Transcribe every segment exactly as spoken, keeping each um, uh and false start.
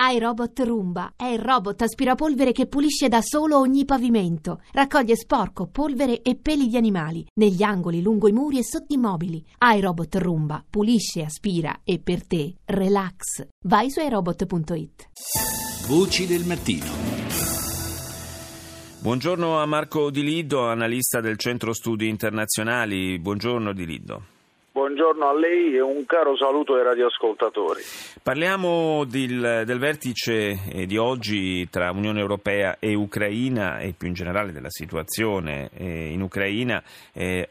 iRobot Roomba è il robot aspirapolvere che pulisce da solo ogni pavimento. Raccoglie sporco, polvere e peli di animali negli angoli, lungo i muri e sotto i mobili. iRobot Roomba pulisce, aspira e per te relax. Vai su iRobot punto it. Voci del mattino. Buongiorno a Marco Di Liddo, analista del Centro Studi Internazionali. Buongiorno Di Liddo. Buongiorno a lei e un caro saluto ai radioascoltatori. Parliamo del, del vertice di oggi tra Unione Europea e Ucraina e più in generale della situazione in Ucraina. Eh,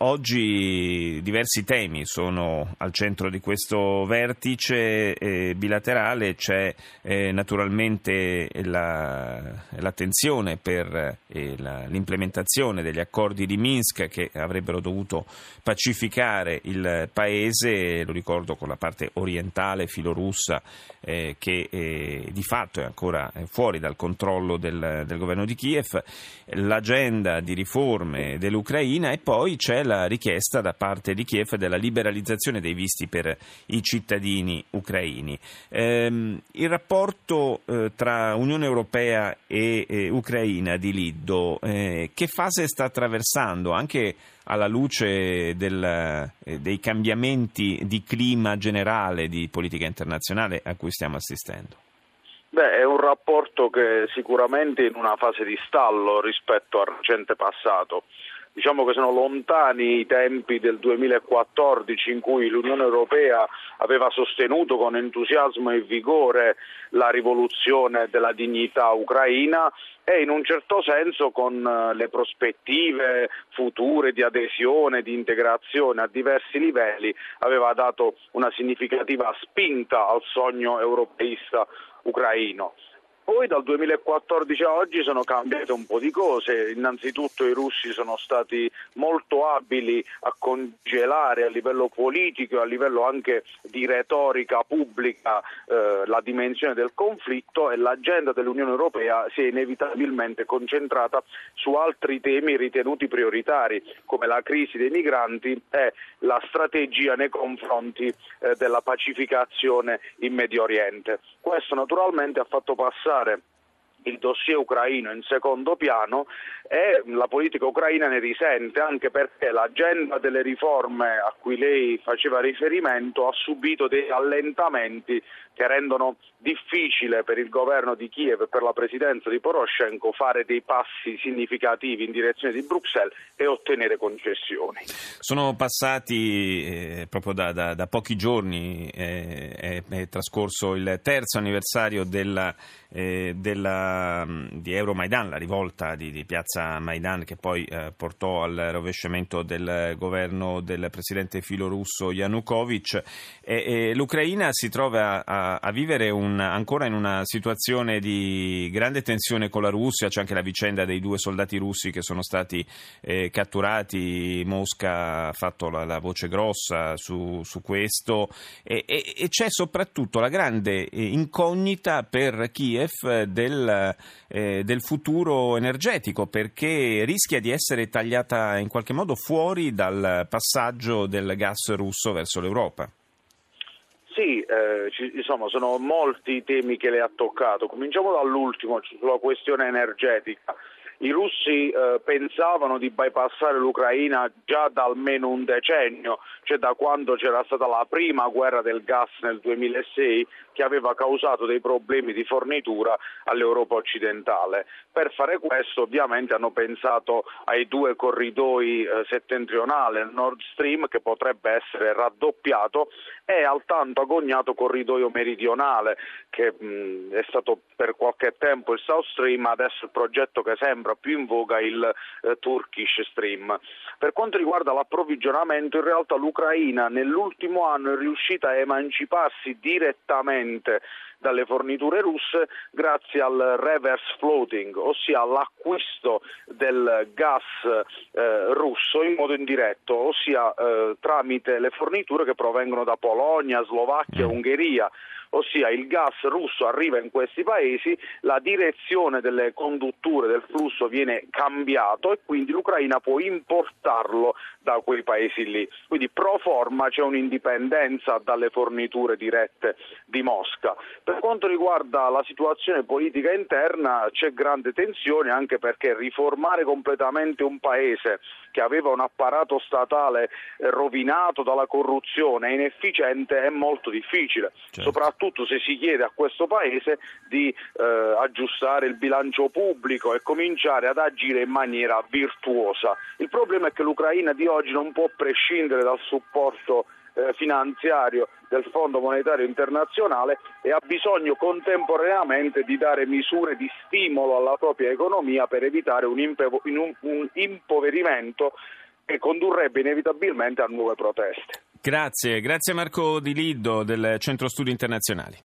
oggi diversi temi sono al centro di questo vertice eh, bilaterale. C'è eh, naturalmente la, l'attenzione per eh, la, l'implementazione degli accordi di Minsk che avrebbero dovuto pacificare il paese, lo ricordo, con la parte orientale filorussa eh, che eh, di fatto è ancora fuori dal controllo del, del governo di Kiev, l'agenda di riforme dell'Ucraina e poi c'è la richiesta da parte di Kiev della liberalizzazione dei visti per i cittadini ucraini. Ehm, il rapporto eh, tra Unione Europea e eh, Ucraina, Di Liddo, eh, che fase sta attraversando anche alla luce del, eh, dei cambiamenti di clima generale di politica internazionale a cui stiamo assistendo? Beh, è un rapporto che sicuramente è in una fase di stallo rispetto al recente passato. Diciamo che sono lontani i tempi del duemilaquattordici in cui l'Unione Europea aveva sostenuto con entusiasmo e vigore la rivoluzione della dignità ucraina e in un certo senso con le prospettive future di adesione, di integrazione a diversi livelli aveva dato una significativa spinta al sogno europeista ucraino. Poi dal duemilaquattordici a oggi sono cambiate un po' di cose. Innanzitutto i russi sono stati molto abili a congelare a livello politico e a livello anche di retorica pubblica eh, la dimensione del conflitto e l'agenda dell'Unione Europea si è inevitabilmente concentrata su altri temi ritenuti prioritari come la crisi dei migranti e la strategia nei confronti eh, della pacificazione in Medio Oriente. Questo naturalmente ha fatto passare il dossier ucraino in secondo piano e la politica ucraina ne risente, anche perché l'agenda delle riforme a cui lei faceva riferimento ha subito dei allentamenti che rendono difficile per il governo di Kiev e per la presidenza di Poroshenko fare dei passi significativi in direzione di Bruxelles e ottenere concessioni. Sono passati eh, proprio da, da, da pochi giorni, eh, è, è trascorso il terzo anniversario della, eh, della, di Euromaidan, la rivolta di, di piazza Maidan che poi eh, portò al rovesciamento del governo del presidente filorusso Yanukovych. E, e l'Ucraina si trova a a vivere un, ancora in una situazione di grande tensione con la Russia. C'è anche la vicenda dei due soldati russi che sono stati eh, catturati. Mosca ha fatto la, la voce grossa su, su questo e, e, e c'è soprattutto la grande incognita per Kiev del, eh, del futuro energetico, perché rischia di essere tagliata in qualche modo fuori dal passaggio del gas russo verso l'Europa. Sì, eh, ci, insomma sono molti i temi che lei ha toccato. Cominciamo dall'ultimo, sulla questione energetica. I russi eh, pensavano di bypassare l'Ucraina già da almeno un decennio, cioè da quando c'era stata la prima guerra del gas nel duemilasei che aveva causato dei problemi di fornitura all'Europa occidentale. Per fare questo ovviamente hanno pensato ai due corridoi eh, settentrionali, il Nord Stream che potrebbe essere raddoppiato e al tanto agognato corridoio meridionale che mh, è stato per qualche tempo il South Stream, adesso il progetto che sembra più in voga il eh, Turkish Stream. Per quanto riguarda l'approvvigionamento, in realtà l'Ucraina nell'ultimo anno è riuscita a emanciparsi direttamente dalle forniture russe grazie al reverse floating, ossia all'acquisto del gas eh, russo in modo indiretto, ossia eh, tramite le forniture che provengono da Polonia, Slovacchia, Ungheria. ossia il gas russo arriva in questi paesi, la direzione delle condutture del flusso viene cambiato e quindi l'Ucraina può importarlo da quei paesi lì. Quindi pro forma c'è un'indipendenza dalle forniture dirette di Mosca. Per quanto riguarda la situazione politica interna c'è grande tensione, anche perché riformare completamente un paese che aveva un apparato statale rovinato dalla corruzione e inefficiente è molto difficile, certo. Soprattutto se si chiede a questo paese di eh, aggiustare il bilancio pubblico e cominciare ad agire in maniera virtuosa. Il problema è che l'Ucraina di oggi non può prescindere dal supporto eh, finanziario del Fondo Monetario Internazionale e ha bisogno contemporaneamente di dare misure di stimolo alla propria economia per evitare un, impevo, un, un impoverimento che condurrebbe inevitabilmente a nuove proteste. Grazie, grazie Marco Di Liddo del Centro Studi Internazionali.